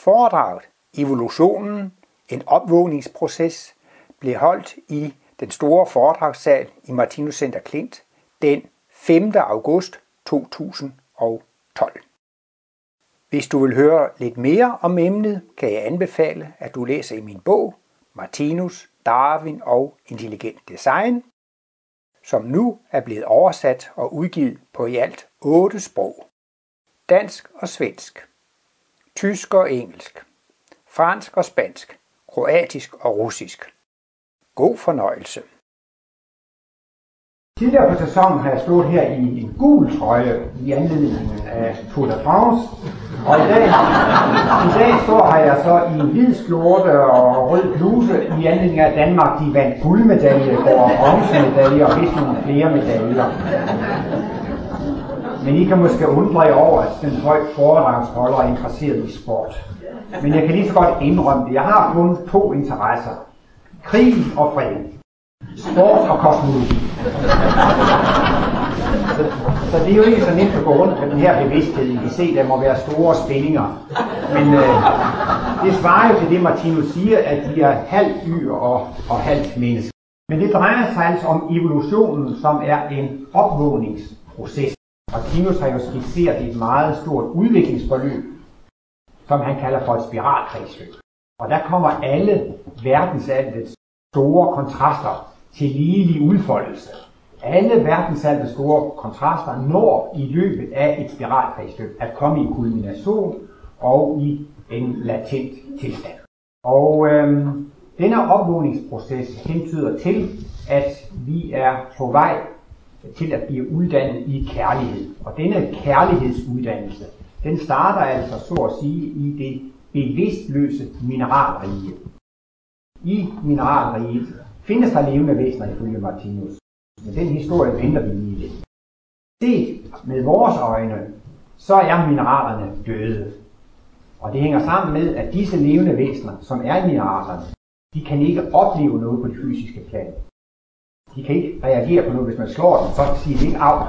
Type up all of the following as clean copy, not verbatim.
Foredraget Evolutionen, en opvågningsproces, blev holdt i den store foredragssal i Martinus Center Klint den 5. august 2012. Hvis du vil høre lidt mere om emnet, kan jeg anbefale, at du læser i min bog Martinus, Darwin og Intelligent Design, som nu er blevet oversat og udgivet på i alt 8 sprog. Dansk og svensk, tysk og engelsk, fransk og spansk, kroatisk og russisk. God fornøjelse. Tidligere på sæsonen har jeg stået her i en gul trøje i anledningen af Tour de France, og i dag står jeg så i en hvid skjorte og rød bluse i anledning af Danmark. De vandt guldmedalje og bronzemedalje og vist nogle flere medaljer. Men I kan måske undre jer over, at den høj foredragsholder er interesseret i sport. Men jeg kan lige så godt indrømme det. Jeg har kun 2 interesser. Krig og fred. Sport og kosmologi. Så det er jo ikke så nemt at gå rundt med den her bevidsthed. I kan se, der må være store spændinger. Men det svarer jo til det, Martinus siger, at de er halvt dyr og halvt menneske. Men det drejer sig altså om evolutionen, som er en opvågningsproces. Martinus har jo skitseret et meget stort udviklingsforløb, som han kalder for et spiralkredsløb. Og der kommer alle verdensaldets store kontraster til ligelig udfoldelse. Alle verdensaldets store kontraster når i løbet af et spiralkredsløb at komme i kulmination og i en latent tilstand. Og denne opvågningsproces hentyder til, at vi er på vej til at blive uddannet i kærlighed. Og denne kærlighedsuddannelse, den starter altså så at sige i det bevidstløse mineralrige. I mineralriget findes der levende væsener ifølge Martinus. Men den historie venter vi lige lidt. Set med vores øjne, så er mineralerne døde. Og det hænger sammen med, at disse levende væsener, som er i mineralerne, de kan ikke opleve noget på det fysiske plan. De kan ikke reagere på noget, hvis man slår dem, så siger de ikke af.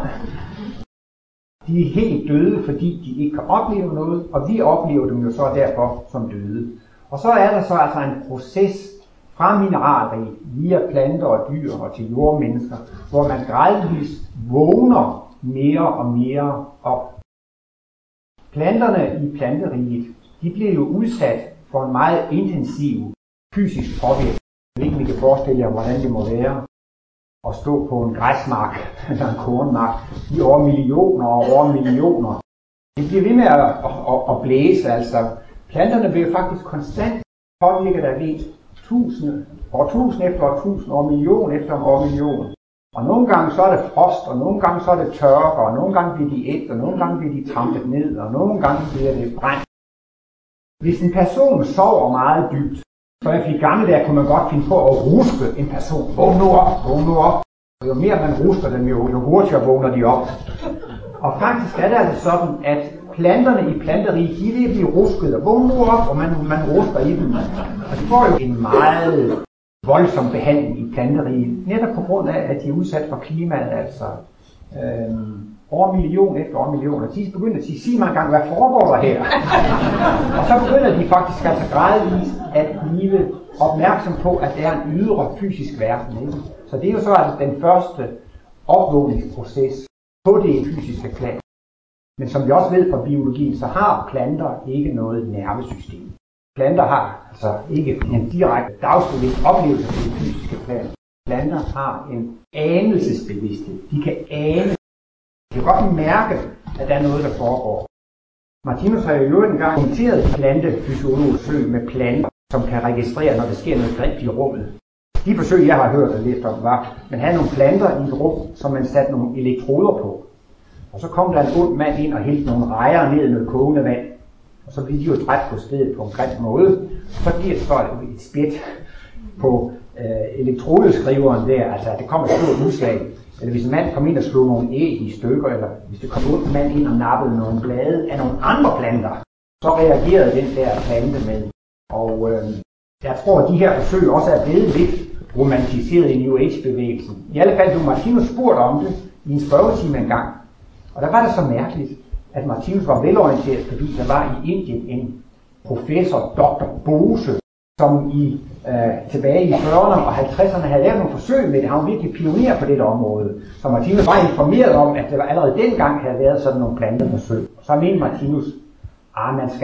De er helt døde, fordi de ikke kan opleve noget, og vi oplever dem jo så derfor som døde. Og så er der så altså en proces fra mineralrig via planter og dyr og til jordmennesker, hvor man gradvist vågner mere og mere op. Planterne i planteriget, de bliver jo udsat for en meget intensiv fysisk påvirkning. Jeg ved ikke, om I kan forestille jer, hvordan det må være at stå på en græsmark eller en kornmark i over millioner og over millioner. Det bliver ved med at blæse, altså. Planterne bliver faktisk konstant påvirket af vind. Årtusind efter årtusind, årmillion efter årmillion. Og nogle gange så er det frost, og nogle gange så er det tørke, og nogle gange bliver de ædt, og nogle gange bliver de trampet ned, og nogle gange bliver det brændt. Hvis en person sover meget dybt, så i gamle dage kunne man godt finde på at ruske en person. Vågn nu op, vågn nu op. Og jo mere man rusker dem, jo hurtigere vågner de op. Og faktisk er det altså sådan, at planterne i planteriget, de vil blive rusket, og vågn nu op, og man rusker i dem. Og de får jo en meget voldsom behandling i planteriget, netop på grund af, at de er udsat for klimaet, altså årmillion efter årmillion. Og de begynder at sige mig engang, hvad foregår der her? Og så begynder de faktisk altså gradvist at blive opmærksom på, at der er en ydre fysisk verden. Ikke? Så det er jo så altså den første opvågningsproces på det fysiske plan. Men som vi også ved fra biologien, så har planter ikke noget nervesystem. Planter har altså ikke en direkte dagsbevidst oplevelse på det fysiske plan. Planter har en anelsesbevidsthed. De kan ane. De kan godt mærke, at der er noget, der foregår. Martinus har jo engang kommenteret plantefysiologisk forsøg med planter, som kan registrere, når der sker noget grimt i rummet. De forsøg, jeg har hørt og læst om, var, at man havde nogle planter i et rum, som man satte nogle elektroder på. Og så kom der en ond mand ind og hældte nogle rejer ned i noget kogende vand. Og så bliver de jo dræbt på stedet på en grim måde. Så giver det så et spjæt på elektrodeskriveren der. Altså, det kommer et stort udslag. Eller hvis en mand kom ind og slog nogle æg i stykker, eller hvis det kom en mand ind og nappede nogle blade af nogle andre planter, så reagerede den der plante med. Og jeg tror, at de her forsøg også er blevet lidt romantiseret i New Age-bevægelsen. I alle fald blev Martinus spurgt om det i en spørgetime engang. Og der var det så mærkeligt, at Martinus var velorienteret, fordi der var i Indien en professor Dr. Bose, som tilbage i 40'erne og 50'erne havde lavet nogle forsøg med det. Han var virkelig pioner på dette område. Så Martinus var informeret om, at det allerede dengang havde været sådan nogle planteforsøg. Så mente Martinus, at man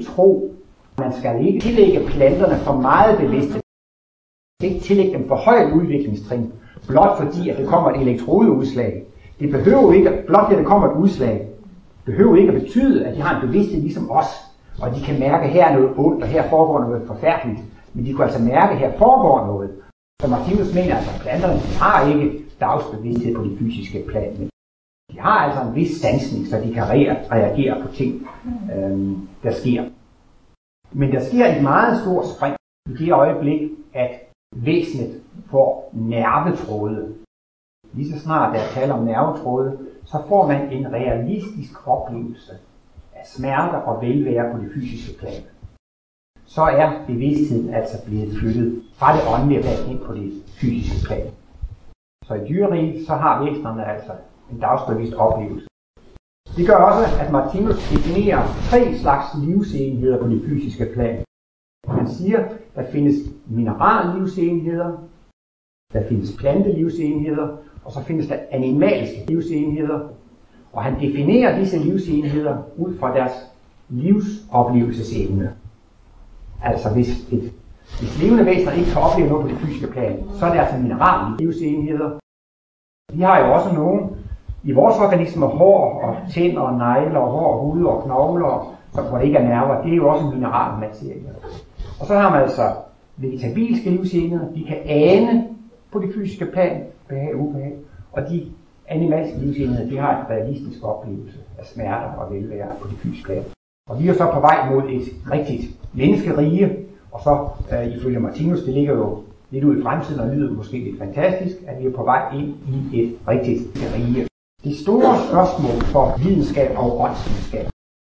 skal ikke tillægge planterne for meget bevidsthed. Ikke tillægge dem for højt udviklingstrin, blot fordi, at det kommer et elektrodeudslag. Det behøver ikke, blot at det kommer et udslag, behøver ikke at betyde, at de har en bevidsthed ligesom os, og de kan mærke, at her er noget ondt, og her foregår noget forfærdeligt. Men de kunne altså mærke, at her foregår noget. Så Martinus mener, at planterne har ikke dagsbevidsthed på de fysiske plan. Men de har altså en vis sansning, så de kan reagere på ting, der sker. Men der sker et meget stort spring i det øjeblik, at væsenet får nervetråde. Lige så snart der er tale om nervetråde, så får man en realistisk oplevelse af smerter og velvære på det fysiske plan. Så er bevidstheden altså blevet flyttet fra det åndelige plan ind på det fysiske plan. Så i dyreriget, så har væsenerne altså en dagsbevidst oplevelse. Det gør også, at Martinus definerer 3 slags livsenheder på det fysiske plan. Han siger, at der findes minerallivsenheder, der findes plantelivsenheder, og så findes der animalske livsenheder. Og han definerer disse livsenheder ud fra deres livsoplevelsesevne. Altså hvis levende væsener ikke kan opleve noget på det fysiske plan, så er det altså minerallivsenheder. Vi har jo også nogle i vores organisme, hår og tænder og negle og hår og hud og knogler, hvor det ikke er nerver. Det er jo også mineralmaterier. Og så har man altså vegetabilske livsenheder. De kan ane på det fysiske plan, behag og ubehag. Og de animalske livsenheder, de har en realistisk oplevelse af smerter og velvære på det fysiske plan. Og vi er så på vej mod et rigtigt menneskerige, og så ifølge Martinus, det ligger jo lidt ud i fremtiden og lyder måske lidt fantastisk, at vi er på vej ind i et rigtigt rige. Det store spørgsmål for videnskab og åndsvidenskab.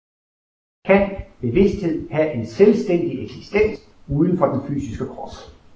Kan bevidsthed have en selvstændig eksistens uden for den fysiske krop?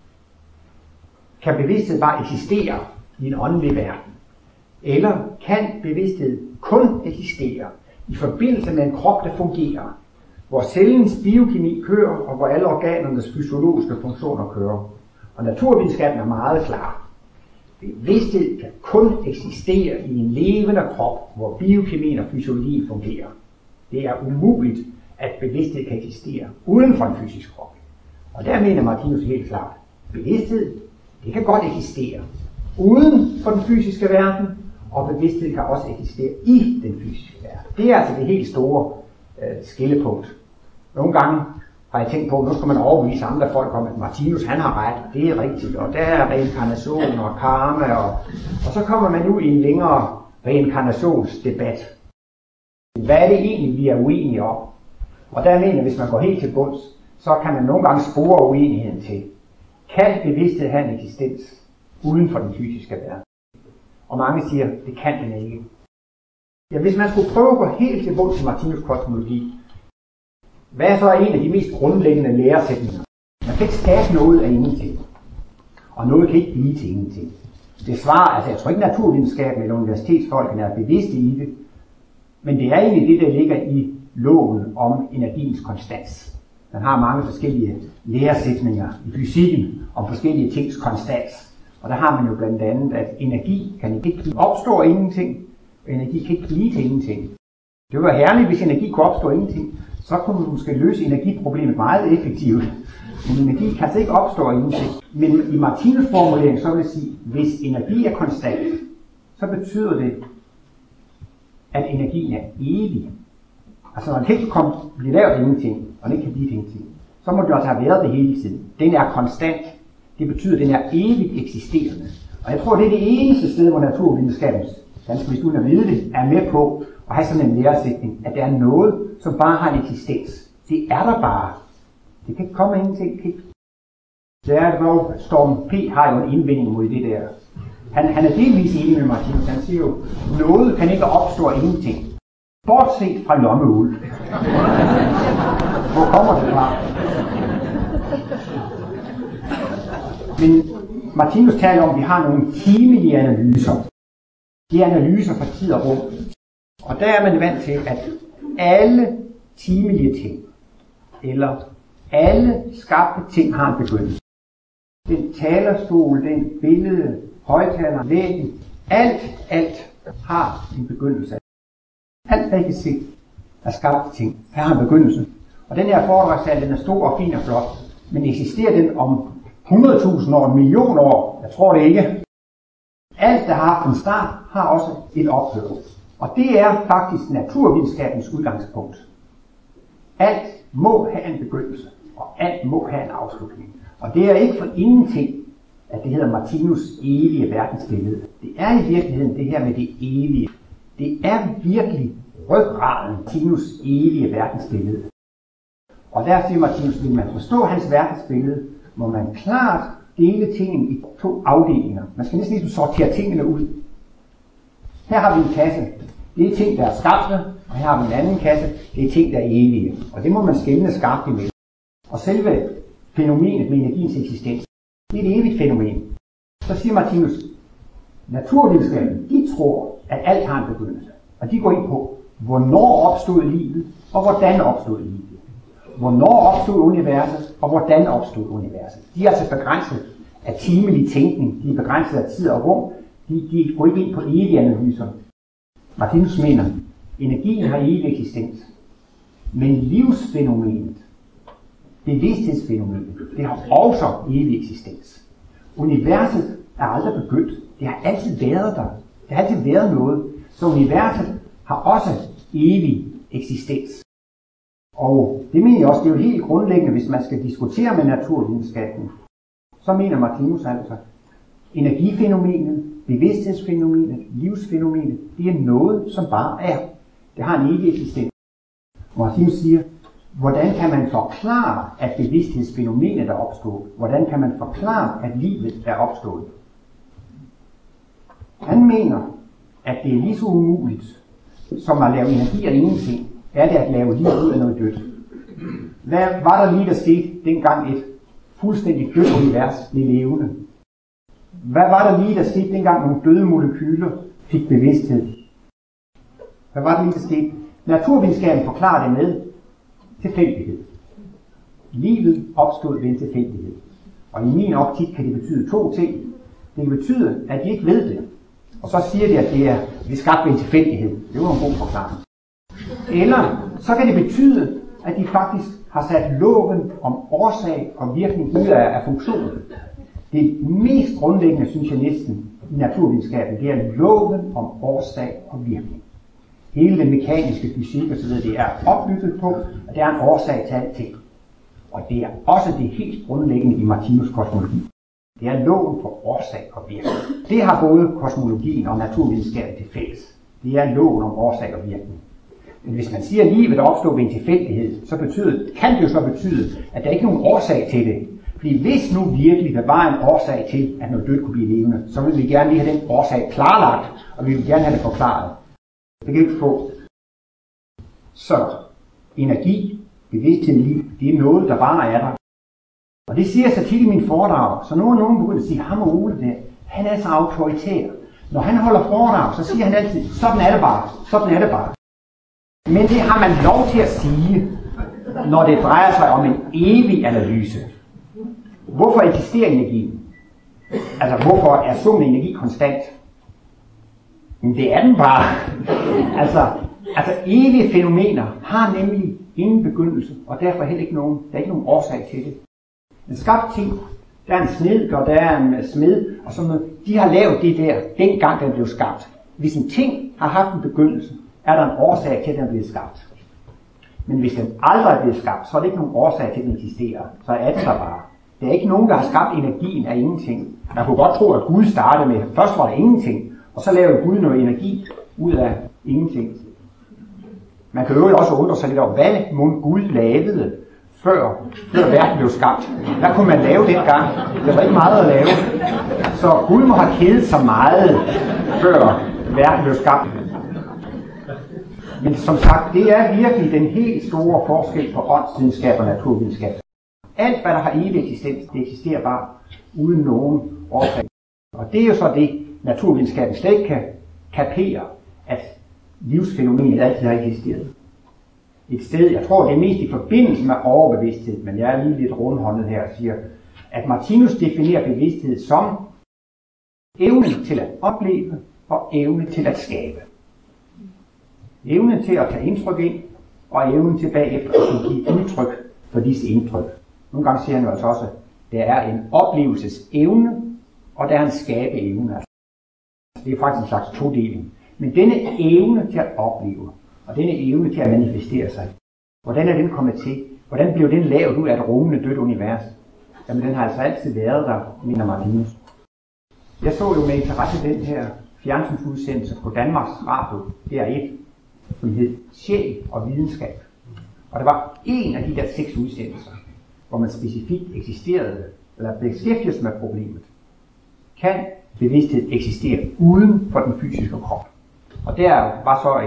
Kan bevidsthed bare eksistere i en åndelig verden? Eller kan bevidsthed kun eksistere i forbindelse med en krop, der fungerer, hvor cellens biokemi kører, og hvor alle organernes fysiologiske funktioner kører? Og naturvidenskaben er meget klar. Bevidsthed kan kun eksistere i en levende krop, hvor biokemien og fysiologien fungerer. Det er umuligt, at bevidsthed kan eksistere uden for en fysisk krop. Og der mener Martinus helt klart, bevidsthed, det kan godt eksistere uden for den fysiske verden, og bevidsthed kan også eksistere i den fysiske verden. Det er altså det helt store skillepunkt. Nogle gange har jeg tænkt på, at nu skal man overbevise andre folk om, at Martinus han har ret, det er rigtigt, og der er reinkarnation og karma, og så kommer man ud i en længere reinkarnationsdebat. Hvad er det egentlig, vi er uenige om? Og der mener jeg, hvis man går helt til bunds, så kan man nogle gange spore uenigheden til. Kan bevidsthed have en eksistens uden for den fysiske verden? Og mange siger, det kan den ikke. Ja, hvis man skulle prøve at gå helt til bunds i Martinus kosmologi, hvad er så en af de mest grundlæggende læresætninger? Man kan ikke skabe noget af ingenting. Og noget kan ikke blive til ingenting. Det svarer, altså jeg tror ikke naturvidenskaben eller universitetsfolkene er bevidste i det, men det er egentlig det, der ligger i loven om energiens konstans. Man har mange forskellige læresætninger i fysikken om forskellige tings konstans. Og der har man jo blandt andet, at energi kan ikke opstå af ingenting, og energi kan ikke blive til ingenting. Det ville være herligt, hvis energi kunne opstå af ingenting. Så kunne man måske løse energiproblemet meget effektivt. Men energi kan altså ikke opstå af ingenting. Men i Martinus formulering, så vil jeg sige, hvis energi er konstant, så betyder det, at energien er evig. Altså når den ikke kan blive lavet af ingenting, og den ikke kan blive til ingenting, så må det altså have været det hele tiden. Den er konstant. Det betyder, at den er evigt eksisterende. Og jeg tror, det er det eneste sted, hvor naturvidenskabens, ganske vist uden at vide det, er med på at have sådan en læresætning, at der er noget, som bare har en eksistens. Det er der bare. Det kan ikke komme ingenting. Det er hvor Storm P. har jo en indvending mod det der. Han er delvis enig med Martinus. Han siger jo, noget kan ikke opstå af ingenting. Bortset fra lommeuld. Hvor kommer det fra? Men Martinus taler om, at vi har nogle timelige analyser. Det er analyser fra tid og rum. Og der er man vant til, at alle timelige ting, eller Alle skabte ting har en begyndelse. Den talerstol, den billede, højtaler, væggen, alt har en begyndelse. Alt, hvad I kan se, er skabte ting. Her har en begyndelse. Og den her foredragssal, den er stor og fin og flot. Men eksisterer den om 100.000 år, 1 million år? Jeg tror det ikke. Alt, der har haft en start, har også et ophør. Og det er faktisk naturvidenskabens udgangspunkt. Alt må have en begyndelse, og alt må have en afslutning. Og det er ikke for ingenting, at det hedder Martinus' evige verdensbillede. Det er i virkeligheden det her med det evige. Det er virkelig ryggraden Martinus' evige verdensbillede. Og der siger Martinus, vil man forstå hans verdensbillede, må man klart dele tingene i 2 afdelinger. Man skal næsten ligesom sortere tingene ud. Her har vi en kasse. Det er ting, der er skabte, og her har vi en anden kasse. Det er ting, der er evige. Og det må man skelne skarpt imellem. Og selve fænomenet med energiens eksistens, det er et evigt fænomen. Så siger Martinus, naturvidenskaben, de tror, at alt har en begyndelse. Og de går ind på, hvornår opstod livet, og hvordan opstod livet. Hvornår opstod universet, og hvordan opstod universet. De er altså begrænset af timelig tænkning, de er begrænset af tid og rum, de går ikke ind på evige analyser. Martinus mener, energien har evig eksistens, men livsfænomenet, bevidsthedsfænomenet, det har også evig eksistens. Universet er aldrig begyndt, det har altid været der. Det har altid været noget, så universet har også evig eksistens. Og det mener jeg også, det er jo helt grundlæggende, hvis man skal diskutere med naturvidenskaben. Så mener Martinus altså, energifænomenet, bevidsthedsfænomenet, livsfænomenet, det er noget, som bare er. Det har en evig eksistens. Martinus siger, hvordan kan man forklare, at bevidsthedsfænomenet er opstået? Hvordan kan man forklare, at livet er opstået? Han mener, at det er lige så umuligt, som at lave energi af ingenting, er det at lave liv ud af noget dødt. Hvad var der lige, der skete, dengang et fuldstændig dødt univers blev levende? Hvad var der lige, der skete, dengang nogle døde molekyler fik bevidsthed? Hvad var der lige, der skete? Naturvidenskaben forklarer det med tilfældighed. Livet opstod ved en tilfældighed. Og i min optik kan det betyde 2 ting. Det kan betyde, at de ikke ved det. Og så siger de, at det er skabt ved en tilfældighed. Det var en god forklaring. Eller så kan det betyde, at de faktisk har sat loven om årsag og virkning ud af funktionen. Det mest grundlæggende, synes jeg næsten, i naturvidenskaben, det er loven om årsag og virkning. Hele den mekaniske fysik og så videre, det er opbygget på, at det er en årsag til alting. Og det er også det helt grundlæggende i Martinus' kosmologi. Det er loven for årsag og virkning. Det har både kosmologien og naturvidenskaben til fælles. Det er loven om årsag og virkning. Men hvis man siger, at livet opstår ved en tilfældighed, så kan det jo så betyde, at der ikke er nogen årsag til det. Fordi hvis nu virkelig der var en årsag til, at noget dødt kunne blive levende, så vil vi gerne lige have den årsag klarlagt, og vi vil gerne have det forklaret. Det kan vi ikke få. Så energi, bevidsthed, liv, det er noget, der bare er der. Og det siger jeg så tit i mine foredrag, så nu er nogen begyndt at sige, ham og Ole der, han er så autoritær. Når han holder foredrag, så siger han altid, sådan er det bare, sådan er det bare. Men det har man lov til at sige, når det drejer sig om en evig analyse. Hvorfor eksisterer energien? Altså, hvorfor er summen af energi konstant? Men det er den bare. Altså evige fænomener har nemlig ingen begyndelse, og derfor heller ikke nogen, der er ikke nogen årsag til det. En skabt ting, der er en snedker, der er en smed, og sådan noget, de har lavet det der, dengang den blev skabt. Hvis en ting har haft en begyndelse, er der en årsag til, at den er blevet skabt. Men hvis den aldrig er blevet skabt, så er det ikke nogen årsag til, at den eksisterer. Så er det der bare. Der er ikke nogen, der har skabt energien af ingenting. Man kunne godt tro, at Gud startede med, først var der ingenting, og så lavede Gud noget energi ud af ingenting. Man kan jo også undre sig lidt over, hvad må Gud lavede, før verden blev skabt. Hvad kunne man lave dengang? Der var ikke meget at lave. Så Gud må have kedet sig meget, før verden blev skabt. Men som sagt, det er virkelig den helt store forskel på åndsvidenskab og naturvidenskab. Alt, hvad der har evig eksistens, det eksisterer bare uden nogen årsag. Og det er jo så det, naturvidenskaben slet ikke kan kapere, at livsfænomenet altid har eksisteret. et sted, jeg tror det er mest i forbindelse med overbevidsthed, men jeg er lige lidt rundhåndet her og siger, at Martinus definerer bevidsthed som evnen til at opleve og evnen til at skabe. Evnen til at tage indtryk ind, og evnen til bagefter at give udtryk for disse indtryk. Nogle gange siger han jo altså også, at der er en oplevelsesevne, og der er en skabeevne. Det er faktisk en slags todeling. Men denne evne til at opleve, og denne evne til at manifestere sig, hvordan er den kommet til? Hvordan blev den lavet ud af et rummende dødt univers? Jamen den har altså altid været der, mener Martinus. Jeg så jo med interesse den her fjernsynsudsendelse på Danmarks Radio, DR1, som hed Sjæl og Videnskab. Og der var en af de der 6 udsendelser, hvor man specifikt beskæftigede sig med problemet. Kan bevidsthed eksistere uden for den fysiske krop? Og der var så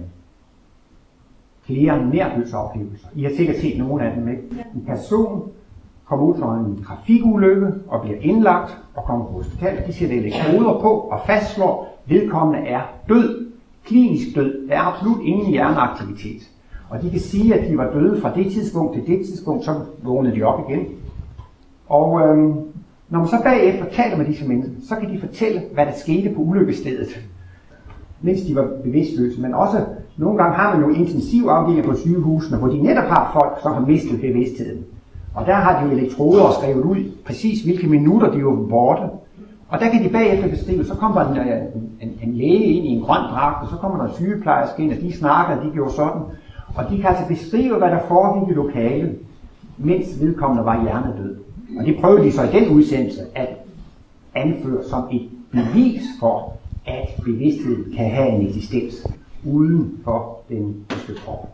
flere nærdødsoplevelser. I har sikkert set nogle af dem, ikke? En person kommer ud fra en trafikulykke og bliver indlagt og kommer på hospitalet. De sætter elektroder på og fastslår, at vedkommende er død. Klinisk død. Der er absolut ingen hjerneaktivitet. Og de kan sige, at de var døde fra det tidspunkt til det tidspunkt, så vågnede de op igen. Og når man så bagefter taler med disse mennesker, så kan de fortælle, hvad der skete på ulykkesstedet, mens de var bevidstløse. Men også nogle gange har man jo intensivafdelinger på sygehusene, hvor de netop har folk, som har mistet bevidstheden. Og der har de elektroder skrevet ud, præcis hvilke minutter de var borte. Og der kan de bagefter beskrive, så kommer en læge ind i en grøn dragt, og så kommer der en sygeplejerske ind, og de snakker, de gjorde sådan. Og de kan altså beskrive, hvad der foregik i lokalet, mens vedkommende var hjernedød. Og det prøvede de så i den udsendelse at anføre som et bevis for, at bevidsthed kan have en eksistens uden for den fysiske krop.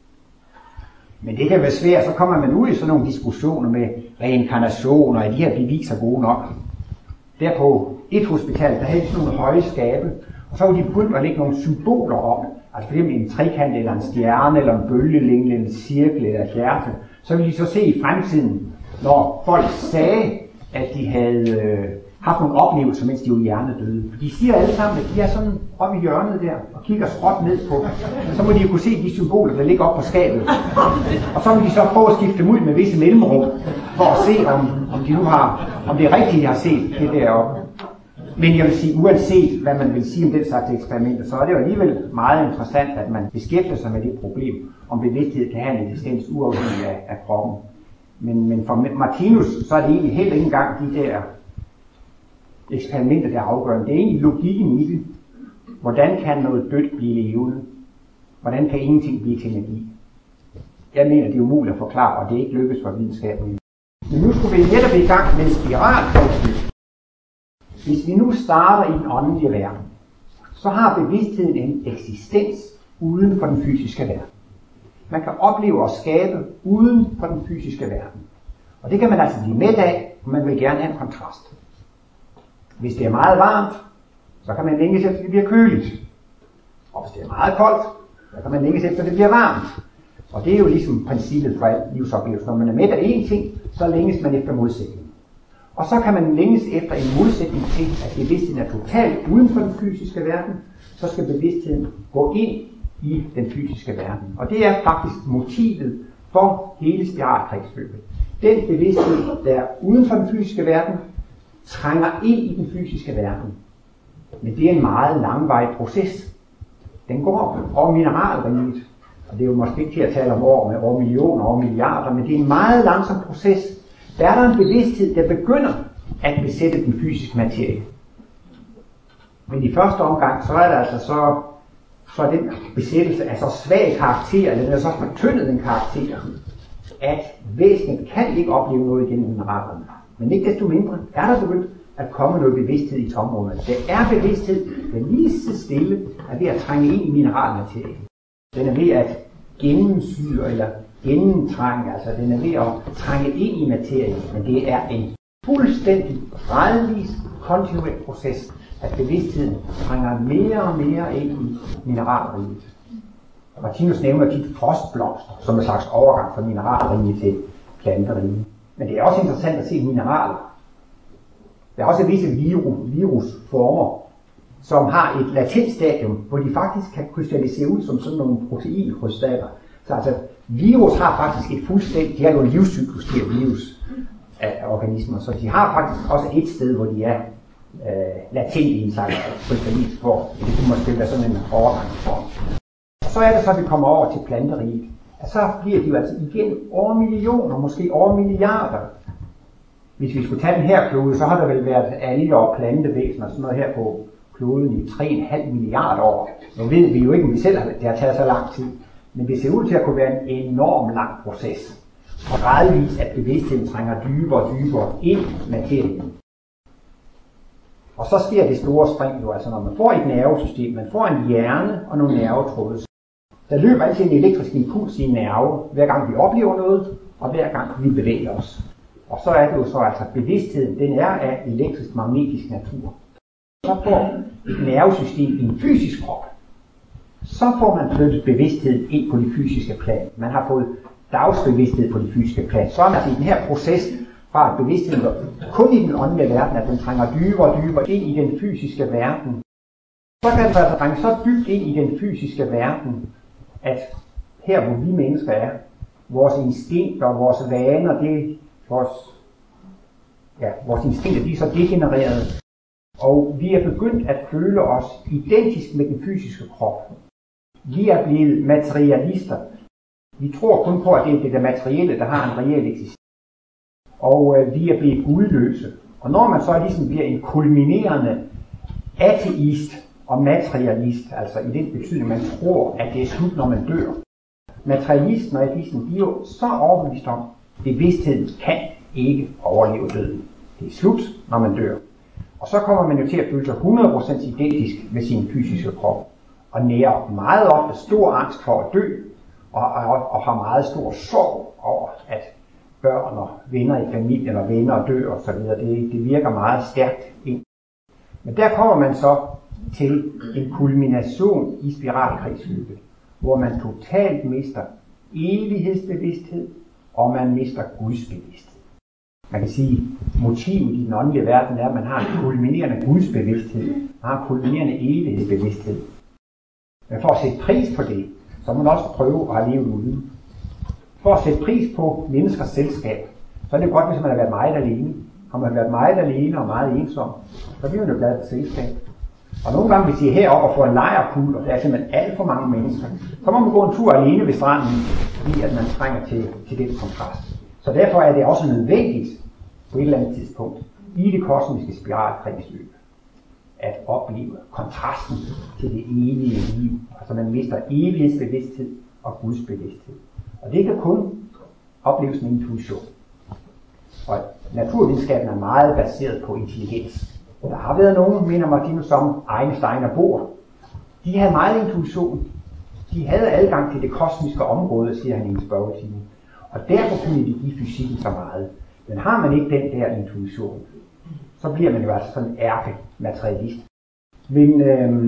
Men det kan være svært, så kommer man ud i sådan nogle diskussioner med reinkarnation, og er de her beviser gode nok. Der på et hospital, der havde sådan nogle høje skabe, og så var de begyndt at lægge nogle symboler op. Altså for eksempel en trekant, eller en stjerne, eller en bølgelænge, eller en cirkel, eller et hjerte. Så ville de så se i fremtiden, når folk sagde, at de havde haft nogle oplevelser, mens de var hjernedøde. De siger alle sammen, at de er sådan oppe i hjørnet der, og kigger skråt ned på. Så må de jo kunne se de symboler, der ligger oppe på skabet. Og så vil de så prøve at skifte dem ud med visse mellemrum, for at se, om det er rigtigt, de har set det deroppe. Men jeg vil sige, uanset hvad man vil sige om den slags eksperimenter, så er det jo alligevel meget interessant, at man beskæftiger sig med det problem, om bevidsthed kan have en eksistens uafhængig af kroppen. Men for Martinus, så er det egentlig helt ikke engang de der eksperimenter, der er afgørende. Det er egentlig logikken i det. Hvordan kan noget dødt blive levende? Hvordan kan ingenting blive til energi? Jeg mener, det er umuligt at forklare, og det er ikke lykkes for videnskaben. Men nu skulle vi netop i gang med en spiralforskning. Hvis vi nu starter i den åndelige verden, så har bevidstheden en eksistens uden for den fysiske verden. Man kan opleve og skabe uden for den fysiske verden. Og det kan man altså blive med af, og man vil gerne have en kontrast. Hvis det er meget varmt, så kan man længes efter, det bliver køligt. Og hvis det er meget koldt, så kan man længes efter, det bliver varmt. Og det er jo ligesom princippet for alt livsoplevelse. Når man er med af én ting, så længes man efter modsætningen. Og så kan man længes efter en modsætning til, at bevidstheden er totalt uden for den fysiske verden, så skal bevidstheden gå ind i den fysiske verden. Og det er faktisk motivet for hele spiralkredsløbet. Den bevidsthed, der er uden for den fysiske verden, trænger ind i den fysiske verden. Men det er en meget langvarig proces. Den går over mineralriget. Og det er jo måske ikke til at tale om år med over millioner og milliarder, men det er en meget langsom proces. Der er der en bevidsthed, der begynder at besætte den fysiske materie. Men i første omgang, så er der altså så er den besættelse af så svag karakter, eller den er så fortyndet en karakter, at væsenet kan ikke opleve noget igennem mineralerne. Men ikke desto mindre er der begyndt at komme noget bevidsthed i tomrummet. Der er bevidsthed, der lige så stille er ved at trænge ind i mineralmaterie. Den er ved at gennemsyre eller gennemtrænge, altså den er ved at trænge ind i materien, men det er en fuldstændig gradvis, kontinuerlig proces, at bevidstheden trænger mere og mere ind i mineralriget. Martinus nævner tit frostblomster som en slags overgang fra mineralriget til planteriget. Men det er også interessant at se mineraler. Der er også visse virusformer, som har et latent stadium, hvor de faktisk kan krystallisere ud som sådan nogle proteinkrystaller. Så altså, virus har faktisk et fuldstændigt, de har jo en livscyklus, de her virus af organismer, så de har faktisk også et sted, hvor de er latent i en slags krystallinform. Det kunne måske være sådan en overgangsform. Og så er det så, at vi kommer over til planteriget. Og så bliver de jo altså igen over millioner, måske over milliarder. Hvis vi skulle tage den her klode, så har der vel været alger og plantevæsener og sådan noget her på kloden i 3,5 milliarder år. Nu ved vi jo ikke, om vi selv det har taget så lang tid. Men det ser ud til at kunne være en enorm lang proces. Og gradvist, at bevidstheden trænger dybere og dybere ind i materien. Og så sker det store spring jo, altså når man får et nervesystem, man får en hjerne og nogle nervetråde. Der løber altid en elektrisk impuls i en nerve, hver gang vi oplever noget, og hver gang vi bevæger os. Og så er det jo så, altså bevidstheden, den er af elektrisk-magnetisk natur. Så får et nervesystem i en fysisk krop. Så får man flyttet bevidstheden ind på det fysiske plan. Man har fået dagsbevidsthed på det fysiske plan. Så er man i den her proces fra bevidstheden kun i den åndelige verden, at den trænger dybere og dybere ind i den fysiske verden. Så kan den altså trænge så dybt ind i den fysiske verden, at her hvor vi mennesker er, vores instinkter og vores vaner, vores instinkter, de er så degenererede. Og vi er begyndt at føle os identisk med den fysiske krop. Vi er blevet materialister. Vi tror kun på, at det er det der materielle, der har en reel eksistens. Og vi er blevet gudløse. Og når man så ligesom bliver en kulminerende ateist og materialist, altså i den betydning, man tror, at det er slut, når man dør. Materialisten og ateisten, de er jo så overbevist om, at bevidstheden kan ikke overleve døden. Det er slut, når man dør. Og så kommer man jo til at føle sig 100% identisk med sin fysiske krop. Og nærer meget ofte stor angst for at dø, og har meget stor sorg over, at børn og venner i familien og venner og dør og så videre. Det virker meget stærkt ind. Men der kommer man så til en kulmination i spiralkredsløbet, hvor man totalt mister evighedsbevidsthed, og man mister gudsbevidsthed. Man kan sige, at motivet i den åndelige verden er, at man har en kulminerende gudsbevidsthed, man har en kulminerende evighedsbevidsthed. Men for at sætte pris på det, så må man også prøve at have levet uden. For at sætte pris på menneskers selskab, så er det godt, hvis man har været meget alene. Har man været meget alene og meget ensom, så bliver man jo glad for selskab. Og nogle gange, hvis I er heroppe og får en lejrpool, og der er simpelthen alt for mange mennesker, så må man gå en tur alene ved stranden, fordi at man trænger til den kontrast. Så derfor er det også nødvendigt på et eller andet tidspunkt i det kosmiske spiralkredsløb at opleve kontrasten til det evige liv. Altså man mister evighedsbevidsthed og gudsbevidsthed. Og det kan kun opleves med intuition. Og naturvidenskaben er meget baseret på intelligens. Der har været nogen, mener Martinus, som Einstein og Bohr. De havde meget intuition. De havde adgang til det kosmiske område, siger han i en spørgetime. Og derfor kunne de give fysikken så meget. Men har man ikke den der intuition, så bliver man jo altså sådan en ærkematerialist. Men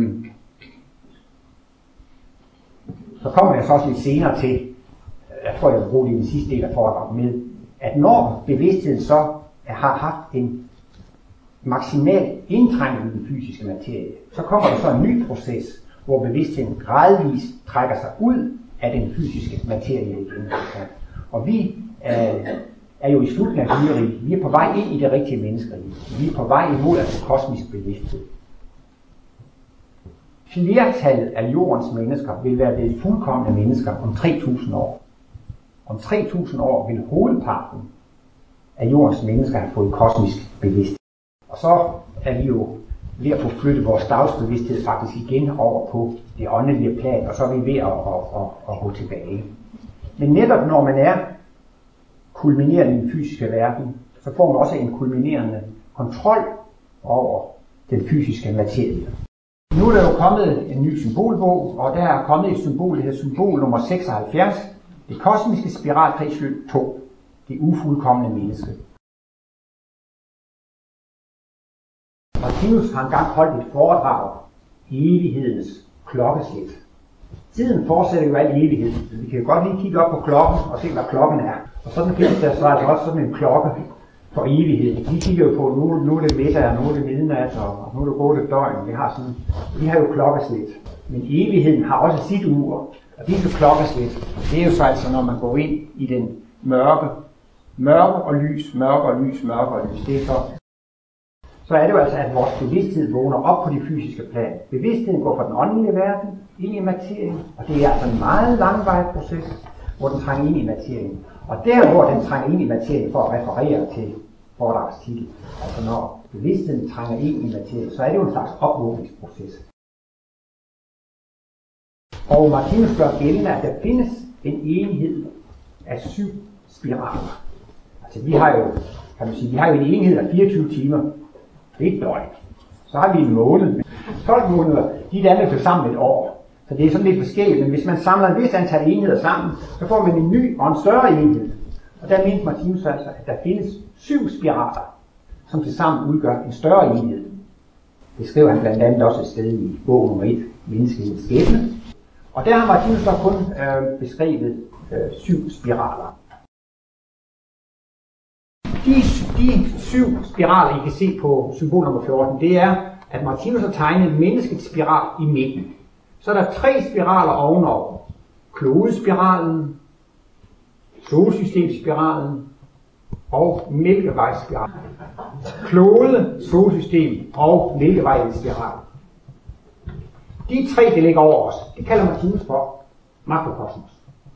så kommer jeg så også lidt senere til, jeg tror jeg vil bruge det i den sidste del af foredraget med, at når bevidstheden så har haft en maksimal indtrængning i den fysiske materie, så kommer der så en ny proces, hvor bevidstheden gradvist trækker sig ud af den fysiske materie igen. Og vi er jo i slutningen af dyreriget. Vi er på vej ind i det rigtige menneskerige. Vi er på vej imod altså kosmisk bevidsthed. Flertallet af jordens mennesker vil være blevet fuldkomne mennesker om 3.000 år. Om 3.000 år vil hovedparten af jordens mennesker have fået kosmisk bevidsthed. Og så er vi jo ved at få flyttet vores dagsbevidsthed faktisk igen over på det åndelige plan, og så er vi ved at gå tilbage. Men netop når man er kulminerende i den fysiske verden, så får man også en kulminerende kontrol over den fysiske materie. Nu er der jo kommet en ny symbolbog, og der er kommet et symbol, det hedder symbol nummer 76, det kosmiske spiralkredsløb 2, det ufuldkomne menneske. Martinus har engang holdt et foredrag i evighedens klokkeslæt. Tiden fortsætter jo al evighed. Vi kan godt lige kigge op på klokken og se, hvad klokken er. Og sådan findes der så altså også sådan en klokke for evigheden. Vi kigger jo på, nu er det middag, og nu er det midnat, og nu er det gået et døgn. Vi har jo klokkeslæt. Men evigheden har også sit ur, Og de skal klokkes lidt. Det er jo så altså, når man går ind i den mørke og lys, mørke og lys, mørke og lys. Det er så er det jo altså, at vores bevidsthed vågner op på de fysiske plan. Bevidstheden går fra den åndelige verden ind i materien, og det er altså en meget langvarig proces, hvor den trænger ind i materien. Og der, hvor den trænger ind i materien for at referere til foredragstitel, altså når bevidstheden trænger ind i materien, så er det jo en slags opvågningsproces. Og Martinus gør gældende, at der findes en enhed af 7 spiraler. Altså vi har jo, kan man sige, vi har jo en enhed af 24 timer. Det er et døgn. Så har vi en måned. 12 måneder, de danner sig sammen et år. Så det er sådan lidt forskelligt, men hvis man samler et vist antal enheder sammen, så får man en ny og en større enhed. Og der mente Martinus altså, at der findes 7 spiraler, som tilsammen udgør en større enhed. Det skriver han blandt andet også et sted i bog nummer 1, Menneskehedens skæbne. Og der har Martinus så kun beskrevet 7 spiraler. De 7 spiraler, I kan se på symbol nummer 14, det er, at Martinus har tegnet menneskets spiral i midten. Så er der 3 spiraler ovenover. Klodespiralen, solsystemspiralen og mælkevejsspiralen. Klode, solsystem og mælkevejsspiral. De 3, der ligger over os, det kalder Martinus for makrokosmos.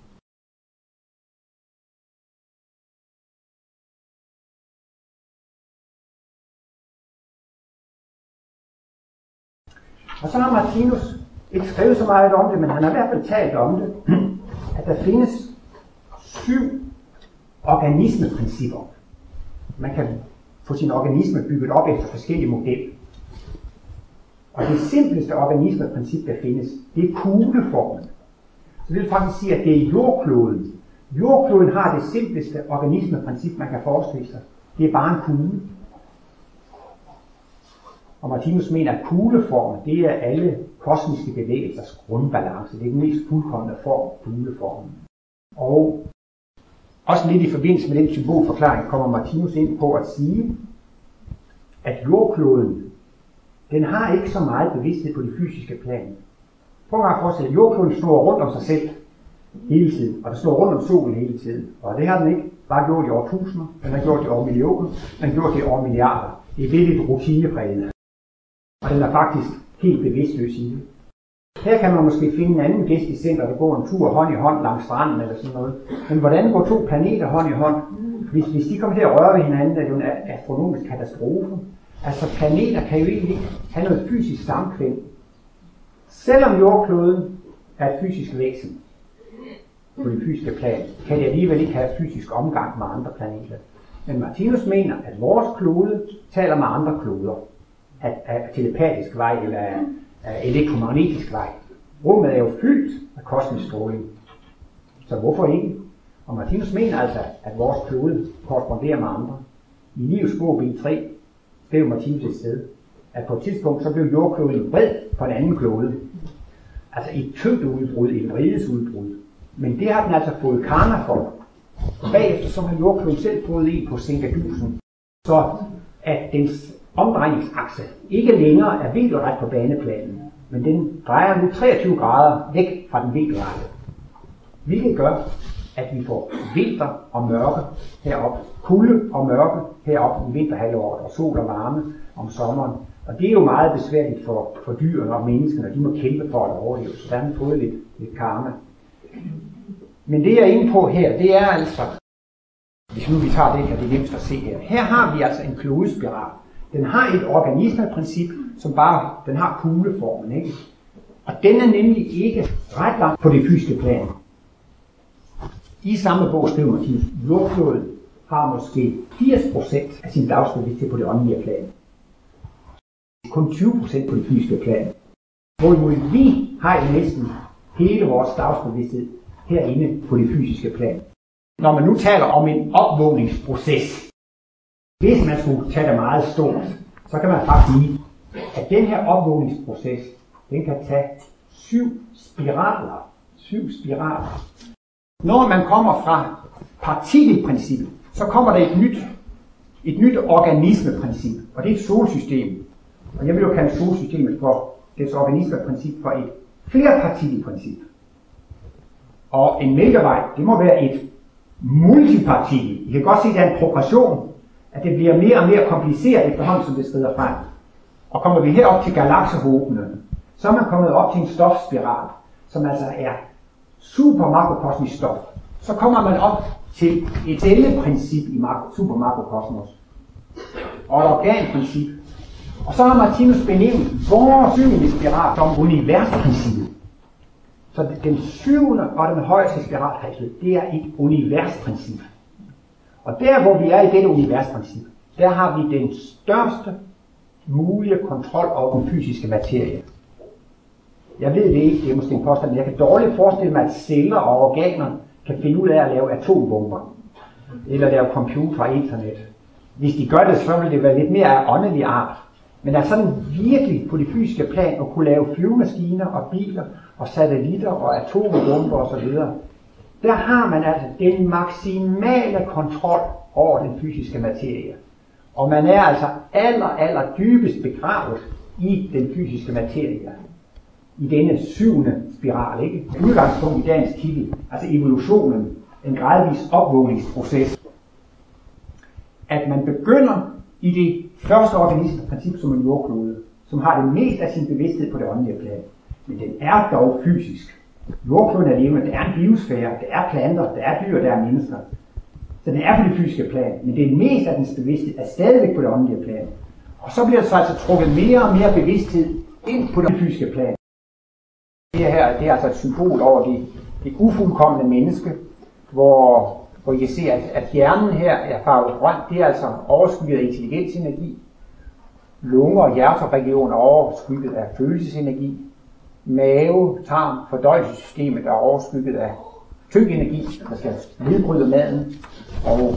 Og så har Martinus ikke skrevet så meget om det, men han har i hvert fald talt om det, at der findes 7 organismeprincipper. Man kan få sin organisme bygget op efter forskellige modeller. Og det simpleste organismeprincip, der findes, det er kugleformen. Så det vil faktisk sige, at det er jordkloden. Jordkloden har det simpleste organismeprincip, man kan forestille sig. Det er bare en kugle. Og Martinus mener, at kugleformen, det er alle kosmiske bevægelsers grundbalance. Det er den mest fuldkomne form, kugleformen. Og også lidt i forbindelse med den symbolforklaring kommer Martinus ind på at sige, at jordkloden, den har ikke så meget bevidsthed på de fysiske plan. Prøv at forestille, at jordkloden snor rundt om sig selv hele tiden, og der snor rundt om solen hele tiden. Og det har den ikke bare gjort i årtusinder, den har gjort det over millioner, den har gjort det over milliarder. Det er lidt rutinepræget. Og den er faktisk helt bevidstløs i det. Her kan man måske finde en anden gæst i center, der går en tur hånd i hånd langs stranden eller sådan noget. Men hvordan går 2 planeter hånd i hånd? Hvis de kommer til at røre ved hinanden, er det jo en astronomisk katastrofe. Altså planeter kan jo egentlig ikke have noget fysisk samkvem. Selvom jordkloden er et fysisk væsen på det fysiske plan, kan det alligevel ikke have fysisk omgang med andre planeter. Men Martinus mener, at vores klode taler med andre kloder af telepatisk vej eller af elektromagnetisk vej. Rummet er jo fyldt af kosmisk stråling. Så hvorfor ikke? Og Martinus mener altså, at vores klode korresponderer med andre. I Livets bog, bind 3, skrev Martinus et sted, at på et tidspunkt så blev jordkloden bred på en anden klode. Altså et tyngdeudbrud, et vredesudbrud. Men det har den altså fået karma for. Og bagefter så har jordkloden selv fået en på sinkadusen. Så at dens omdrejningsakse ikke længere er vinkelret på baneplanen, men den drejer nu 23 grader væk fra den vinkelrette. Hvilket gør, at vi får vinter og mørke heroppe, kulde og mørke heroppe i vinterhalvåret, og sol og varme om sommeren. Og det er jo meget besværligt for dyrene og menneskene, og de må kæmpe for at overleve, så der har man fået lidt karma. Men det jeg er inde på her, det er altså, hvis nu vi tager det her, det er nemt at se her. Her har vi altså en klodespiral. Den har et organismeprincip, som bare, den har kugleformen, ikke? Og den er nemlig ikke ret langt på det fysiske plan. I samme bog skriver Martinus, jordkloden har måske 80% af sin dagsbevidsthed på det åndelige plan. Kun 20% på det fysiske plan. Hvorimod vi har næsten hele vores dagsbevidsthed herinde på det fysiske plan. Når man nu taler om en opvågningsproces, hvis man skulle tage det meget stort, så kan man faktisk sige, at den her opvågningsproces, den kan tage 7 spiraler. 7 spiraler. Når man kommer fra partikelprincippet, så kommer der et nyt organismeprincip, og det er et solsystem. Og jeg vil jo kalde solsystemet for dets organismeprincip for et flerpartikelprincip. Og en mælkevej, det må være et multipartikel. I kan godt se, at der er en progression, at det bliver mere og mere kompliceret efterhånden, som det skrider frem. Og kommer vi herop til galaksehovedene, så er man kommet op til en stofspiral, som altså er super makrokosmisk stof. Så kommer man op til et celleprincip i super makrokosmos, og et organprincip. Og så har Martinus benævnt vores syvende spiral som universprincippet. Så den syvende og den højeste spiralkredsløb, det er et universprincip. Og der hvor vi er i dette universprincip, der har vi den største mulige kontrol over den fysiske materie. Jeg ved det ikke, det er måske en påstand, men jeg kan dårligt forestille mig, at celler og organer kan finde ud af at lave atombomber, eller lave computer og internet. Hvis de gør det, så vil det være lidt mere af åndelig art. Men altså sådan virkelig på det fysiske plan at kunne lave flyvemaskiner og biler og satellitter og atombomber osv., der har man altså den maksimale kontrol over den fysiske materie. Og man er altså aller dybest begravet i den fysiske materie. I denne syvende spiral, ikke? Udgangspunkt i dagens titel, altså evolutionen, en gradvis opvågningsproces. At man begynder i det første organismeprincip som en jordklode, som har det mest af sin bevidsthed på det åndelige plan. Men den er dog fysisk. Jordkloden er levende, der er en biosfære, der er planter, der er dyr, der er mennesker. Så den er på det fysiske plan, men det mest af dens bevidsthed er stadigvæk på det åndelige plan. Og så bliver der så altså trukket mere og mere bevidsthed ind på det fysiske plan. Det her, det er altså et symbol over det ufuldkomne menneske, hvor I kan se, at hjernen her er farvet grøn, det er altså overskygget af intelligensenergi. Lunger og hjerteregioner er overskygget af følelsesenergi. Mave, tarm, fordøjelsessystemet er overskygget af tyngenergi, der skal nedbryde maden. Og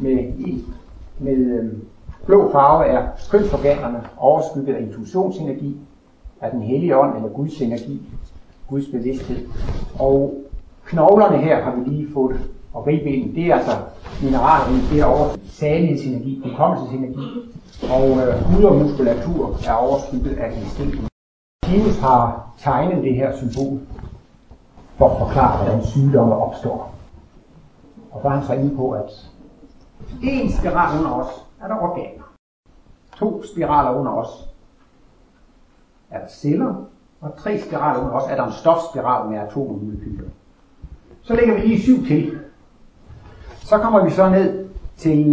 med blå farve er kønsorganerne overskygget af intuitionsenergi, af den hellige ånd eller Guds energi, Guds bevidsthed. Og knoglerne her har vi lige fået, og ribbenen, det er altså mineraler, det er over salighedsenergi, hukommelsesenergi, og hud og muskulatur er overskygget af instinkten. Martinus har tegnet det her symbol for at forklare, hvordan sygdomme opstår. Og så er han så inde på, at en spiral under os er der organer. 2 spiraler under os er der celler, og 3 spiraler under os er der en stofspiral med atommolekyler. Så lægger vi lige 7 til. Så kommer vi så ned til...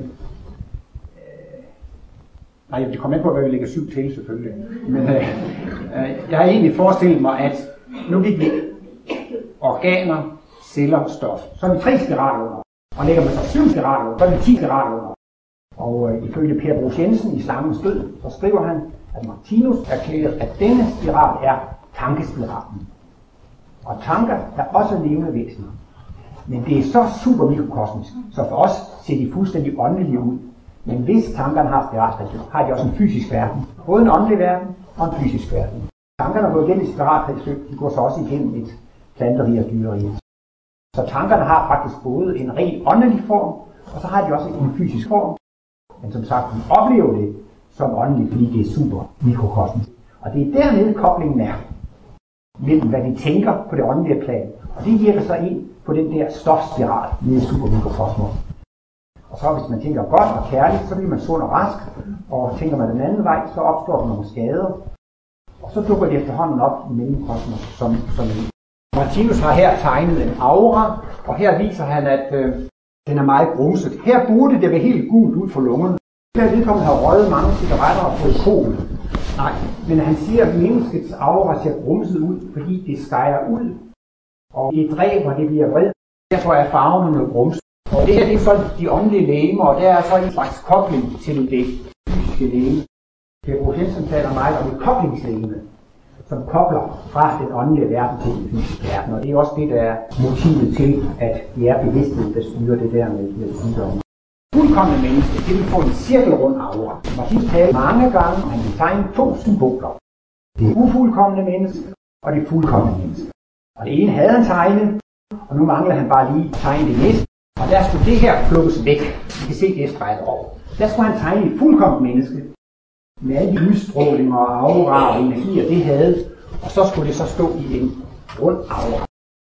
Nej, det kommer ind på, hvad vi lægger 7 til selvfølgelig. Men jeg har egentlig forestillet mig, at nu gik vi organer, celler, stof. Så er vi 3 spiraler under. Og lægger man så 7 spiraler under, så er vi 10 spiraler under. Og ifølge Per Bruus Jensen i Slangens død, så skriver han, at Martinus erklærer, at denne spiral er tankespiralen. Og tanker er også levende væsener. Men det er så super mikrokosmisk, så for os ser de fuldstændig åndelige ud. Men hvis tankerne har spiralkredsløb, har de også en fysisk verden. Både en åndelig verden og en fysisk verden. Tankerne går igennem et spiralkredsløb, de går så også igennem et planterige og dyrerige. Så tankerne har faktisk både en ren åndelig form, og så har de også en fysisk form. Men som sagt, vi oplever det som åndelig, fordi det er super mikrokosmisk. Og det er dernede koblingen er mellem hvad vi tænker på det åndelige plan. Og det virker så ind på den der stofspiral med super mikrokosmos. Og så hvis man tænker godt og kærligt, så bliver man sund og rask. Og tænker man den anden vej, så opstår der nogle skader. Og så dukker det efterhånden op i mellemkosmos som en. Martinus har her tegnet en aura, og her viser han, at den er meget grumset. Her burde det være helt gult ud for lungerne. Her vedkommende har røget mange cigaretter og fået kol. Nej, men han siger, at menneskets aura ser grumset ud, fordi det skærer ud. Og det dræber, det bliver vred. Derfor er farven noget grumset. Og det her det er så de åndelige legemer, og der er så en slags kobling til det fysiske legeme. Per Bruus Jensen taler meget om et koblingslegeme, som kobler fra den åndelige verden til den fysiske verden. Og det er også det, der er motivet til, at det er bevidstheden, der styrer det der med sygdommen. Fuldkomne menneske, det vil få en cirkelrund aura. Martinus taler mange gange, og han vil tegne 2 symboler. Det ufuldkomne menneske og det fuldkomne menneske. Og det ene havde han tegnet, og nu mangler han bare lige tegne det næste. Og der skulle det her plukkes væk. I kan se, det er streget over. Der skulle han tegne et fuldkomment menneske. Med alle de udstrålinger og aura og energier, det havde. Og så skulle det så stå i en rund aura.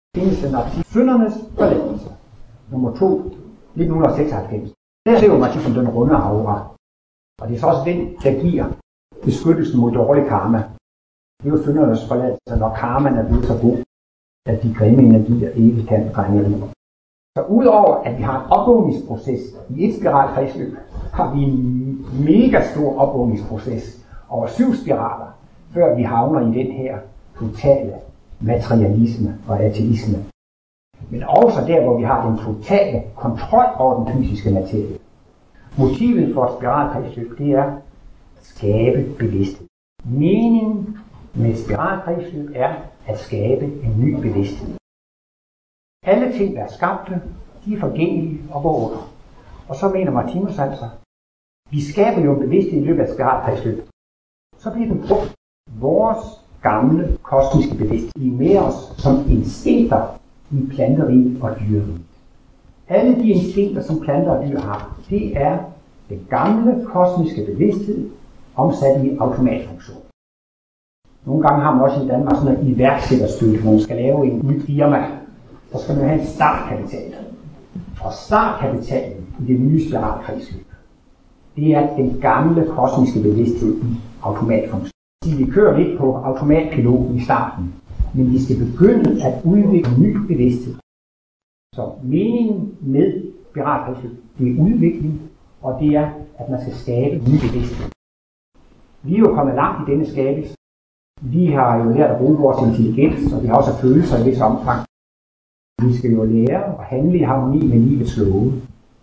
findes en artikel, Syndernes forladelse, nummer 2, 1996. Der ser man som den runde aura. Og det er så også den, der giver beskyttelsen mod dårlig karma. Det er jo syndernes forladelse, når karmaen er blevet så god, at de grimme energier ikke kan trænge ind. Så udover at vi har en opvågningsproces i et spiralkredsløb, har vi en mega stor opvågningsproces over 7 spiraler, før vi havner i den her totale materialisme og ateisme. Men også der, hvor vi har den totale kontrol over den fysiske materie. Motivet for et spiralkredsløb, det er at skabe bevidsthed. Meningen med spiralkredsløb er at skabe en ny bevidsthed. Alle ting, der er skabte, de er forgængelige og går under. Og så mener Martinus altså, vi skaber jo en bevidsthed i løbet af spiralkredsløbet. Så bliver den brugt. Vores gamle kosmiske bevidsthed er med os som instinkter i planteriget og dyreriget. Alle de instinkter, som planter og dyr har, det er den gamle kosmiske bevidsthed omsat i automatfunktion. Nogle gange har man også i Danmark sådan en iværksætterstøtte, hvor man skal lave en ny firma. Så skal man have en startkapital. Og startkapitalen i det nye spiralkredsløb, det er den gamle kosmiske bevidsthed i automatfunktion. Vi kører lidt på automatpiloten i starten, men vi skal begynde at udvikle ny bevidsthed. Så meningen med spiralkredsløb, det er udvikling, og det er, at man skal skabe ny bevidsthed. Vi er jo kommet langt i denne skabelse. Vi har jo lært at bruge vores intelligens, og vi har også følelser i vis omfang. Vi skal jo lære at handle i harmoni med livets love.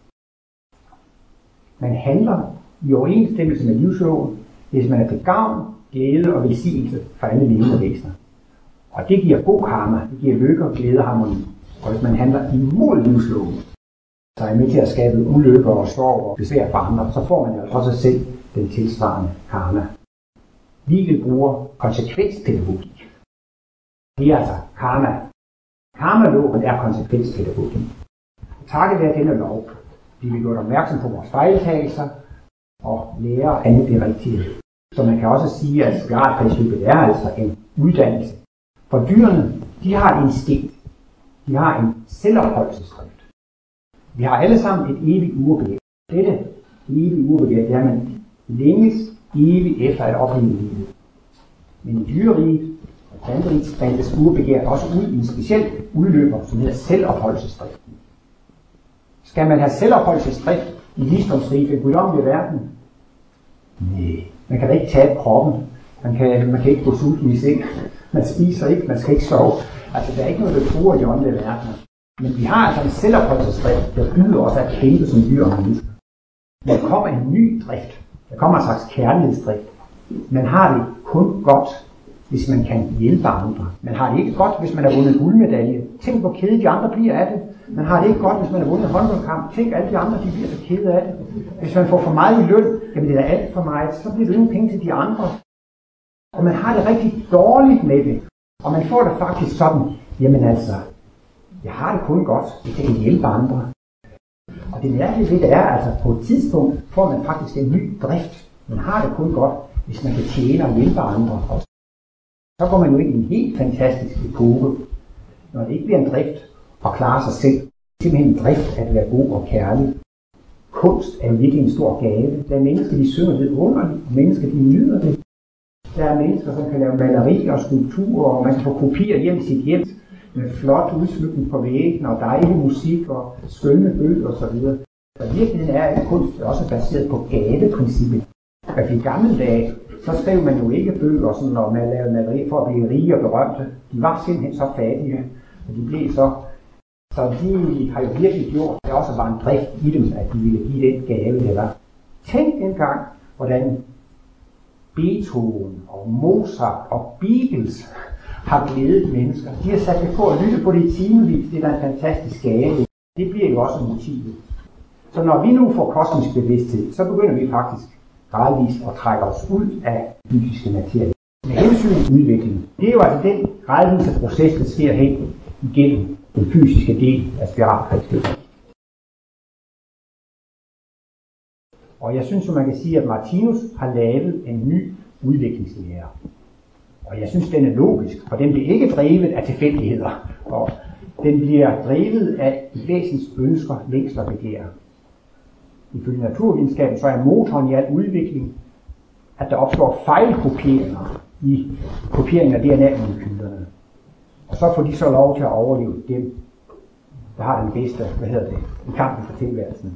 Man handler i overensstemmelse med livsloven, hvis man er til gavn, glæde og velsignelse for alle levende væsener. Og det giver god karma, det giver lykke og glæde og harmoni. Og hvis man handler imod livsloven, så er med til at skabe ulykker og sorg og besvær for andre, så får man jo også selv den tilsvarende karma. Livet bruger konsekvenspædagogik. Det er altså karma. Karmaloven er konsekvenspædagogik. Takket være denne lov, vi vil gøre opmærksom på vores fejltagelser og lære at handle det rigtige. Så man kan også sige, at spiralkredsløbet er altså en uddannelse. For dyrene, de har et instinkt. De har en selvopholdelsesdrift. Vi har alle sammen et evigt urbegær. Dette evige urbegær, det er, at man længes evigt efter at opleve livet. Men i dyreriget og planteriget spaltes urbegær også ud i en speciel udløber, som hedder selvopholdelsesdriften. Skal man have selvopholdelsesdrift i visdomsriget, den guddommelige verden? Nej, man kan da ikke tabe kroppen. Man kan ikke gå sulten i seng. Man spiser ikke, man skal ikke sove. Altså, der er ikke noget, der truer i åndelige verden. Men vi har altså en selvopholdelsesdrift, der byder os at kæmpe som dyr og mennesker. Der kommer en ny drift. Der kommer en slags kærlighedsdrift. Man har det kun godt, hvis man kan hjælpe andre. Man har det ikke godt, hvis man har vundet guldmedalje. Tænk, hvor kede de andre bliver af det. Man har det ikke godt, hvis man har vundet håndboldkamp. Tænk, alle de andre, de bliver så kede af det. Hvis man får for meget i løn, jamen det er alt for meget, så bliver det ingen penge til de andre. Og man har det rigtig dårligt med det. Og man får det faktisk sådan, jamen altså, jeg har det kun godt, hvis jeg kan hjælpe andre. Og det mærkelige ved det er, altså på et tidspunkt får man faktisk en ny drift. Man har det kun godt, hvis man kan tjene og hjælpe andre. Og så går man jo ind i en helt fantastisk epoke, når det ikke bliver en drift at klare sig selv. Det er simpelthen en drift at være god og kærlig. Kunst er virkelig en stor gave. Der er mennesker, de synger det underligt, og mennesker, de nyder det. Der er mennesker, som kan lave malerier og skulpturer, og man kan få kopier hjem sit hjem med flot udsmykning på væggen og dejlig musik og skønne bøger osv. Så virkeligheden er, at kunst er også baseret på gaveprincippet. Altså i gamle dage, så skrev man jo ikke bøger, sådan, når man lavede malerier for at blive rige og berømte. De var simpelthen så fattige, og de blev så de har jo virkelig gjort, at der også var en drift i dem, at de ville give den gave, det var. Tænk engang, hvordan Beethoven og Mozart og Beatles har glædet mennesker. De har sat det på at lytte på det i timevis. Det er en fantastisk gave. Det bliver jo også motivet. Så når vi nu får kosmisk bevidsthed, så begynder vi faktisk gradvist at trække os ud af fysiske materie. Med hensyn til udviklingen, det er jo altså den gradvise proces, der sker hen igennem den fysiske del af spiralkredsløbet. Og jeg synes jo, man kan sige, at Martinus har lavet en ny udviklingslære. Og jeg synes, den er logisk, for den bliver ikke drevet af tilfældigheder og Den bliver drevet af væsens ønsker, længsler og begær. Ifølge naturvidenskaben så er motoren i al udvikling, at der opstår fejlkopieringer i kopieringen af DNA-molekylerne. Og så får de så lov til at overleve dem, der har den bedste, i kampen for tilværelsen.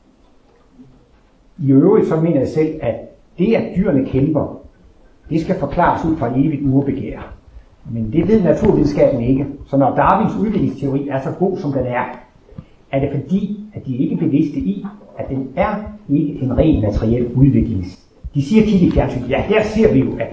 I øvrigt så mener jeg selv, at det, at dyrene kæmper, det skal forklares ud fra evigt urbegær. Men det ved naturvidenskaben ikke. Så når Darwins udviklingsteori er så god, som den er det fordi, at de ikke er bevidste i, at den er ikke en ren materiel udvikling. De siger tit i fjernsynet, ja, her ser vi jo, at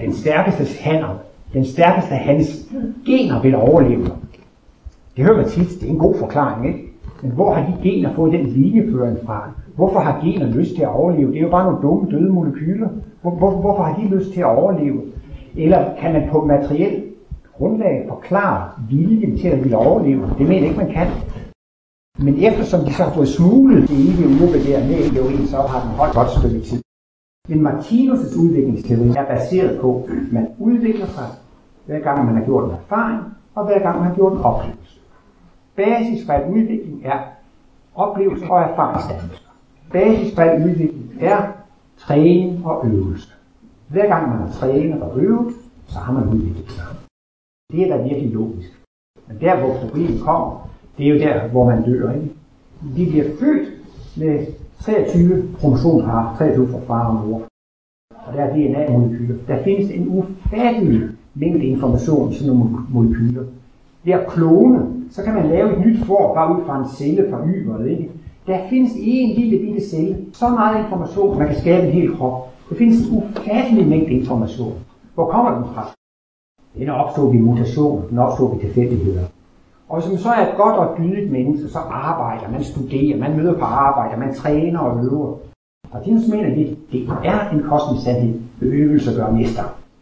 den stærkeste hans gener vil overleve. Det hører man tit, det er en god forklaring, ikke? Men hvor har de gener fået den linjeføring fra? Hvorfor har gener lyst til at overleve? Det er jo bare nogle dumme, døde molekyler. Hvorfor har de lyst til at overleve? Eller kan man på materiel grundlag forklare viljen til at ville overleve? Det mener jeg ikke, man kan. Men eftersom de så har fået smuglet det evige urbegær med i teorien, så har den holdt godt stykke tid. Men Martinus' udviklingsteori er baseret på, at man udvikler sig, hver gang man har gjort en erfaring, og hver gang man har gjort en oplevelse. Basis for al udvikling er oplevelse og erfaringsdannelse. Basis for al udvikling er træning og øvelse. Hver gang man har trænet og øvet, så har man udviklet sig. Det er da virkelig logisk. Men der, hvor problemet kommer, det er jo der, hvor man dør, ikke? De bliver født med 23 kromosomspar, 23 fra far og mor. Og der er DNA-molekyler. Der findes en ufattelig mængde information i sådan nogle molekyler. Ved at klone, så kan man lave et nyt får, bare ud fra en celle fra yberet, ikke? Der findes en lille bitte celle, så meget information, man kan skabe en hel krop. Der findes en ufattelig mængde information. Hvor kommer den fra? Den opstår ved mutation, den opstår ved tilfældigheder. Og hvis man så er et godt og dydigt menneske, så arbejder, man studerer, man møder på arbejde, man træner og øver. Og det mener vi, det er en kosmisk sandhed, øvelse gør mester.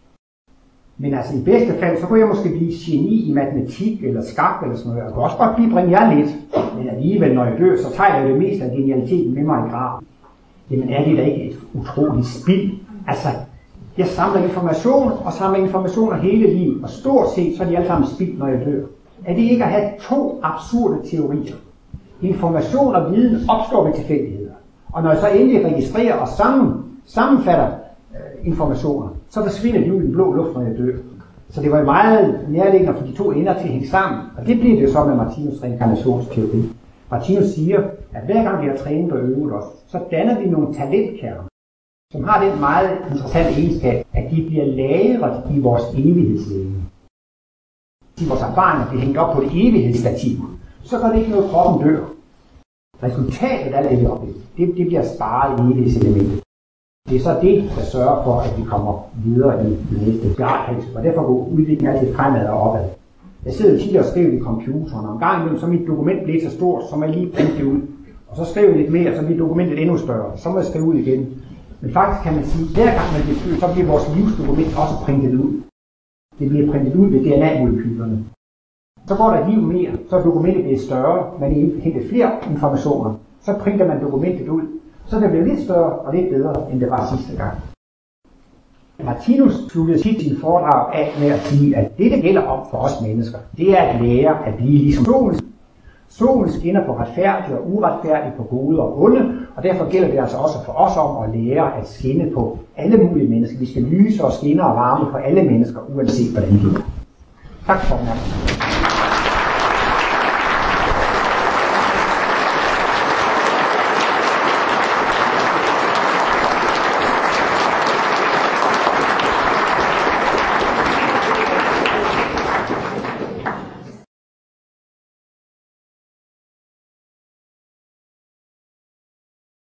Men altså i bedste fald, så kunne jeg måske blive geni i matematik eller skak eller sådan noget. Jeg kunne også godt bringe jer lidt, men alligevel når jeg dør, så tager jeg det meste af genialiteten med mig i graven. Jamen er det da ikke et utroligt spild? Altså, jeg samler informationer hele livet, og stort set så er de alle sammen spild, når jeg dør. Er det ikke at have to absurde teorier? Information og viden opstår ved tilfældigheder. Og når jeg så endelig registrerer og sammenfatter informationer, så forsvinder de ud i den blå luft, når jeg dør. Så det var meget nærliggende for de to ender til at hænge sammen. Og det bliver det jo så med Martinus' reinkarnationsteori. Martinus siger, at hver gang vi har trænet og øvet os, så danner vi nogle talentkerner, som har den meget interessante egenskab, at de bliver lagret i vores evighedslæge. De vores erfaringer bliver hængt op på det evighedsstativ, så gør det ikke noget, kroppen dør. Resultatet af det oplevet, det bliver sparet i evighedselementet. Det er så det, der sørger for, at vi kommer videre i det næste gradhals, og derfor går udviklingen altid fremad og opad. Jeg sidder tit og skriver i computeren, og en gang imellem, så mit dokument bliver så stort, så må jeg lige printe det ud. Og så skriver jeg lidt mere, så bliver dokumentet endnu større, så må jeg skrive ud igen. Men faktisk kan man sige, at hver gang man bliver født, så bliver vores livsdokument også printet ud. Det bliver printet ud ved DNA-molekylerne. Så går der et liv mere, så er dokumentet bliver større, man henter flere informationer, så printer man dokumentet ud, så det bliver lidt større og lidt bedre, end det var sidste gang. Martinus sluttede sit foredrag af med at sige, at det, der gælder om for os mennesker, det er at lære at blive ligesom solen. Solen skinner på retfærdigt og uretfærdigt, på gode og onde, og derfor gælder det altså også for os om at lære at skinne på alle mulige mennesker. Vi skal lyse og skinne og varme på alle mennesker, uanset hvordan de er. Tak for opmærksomheden.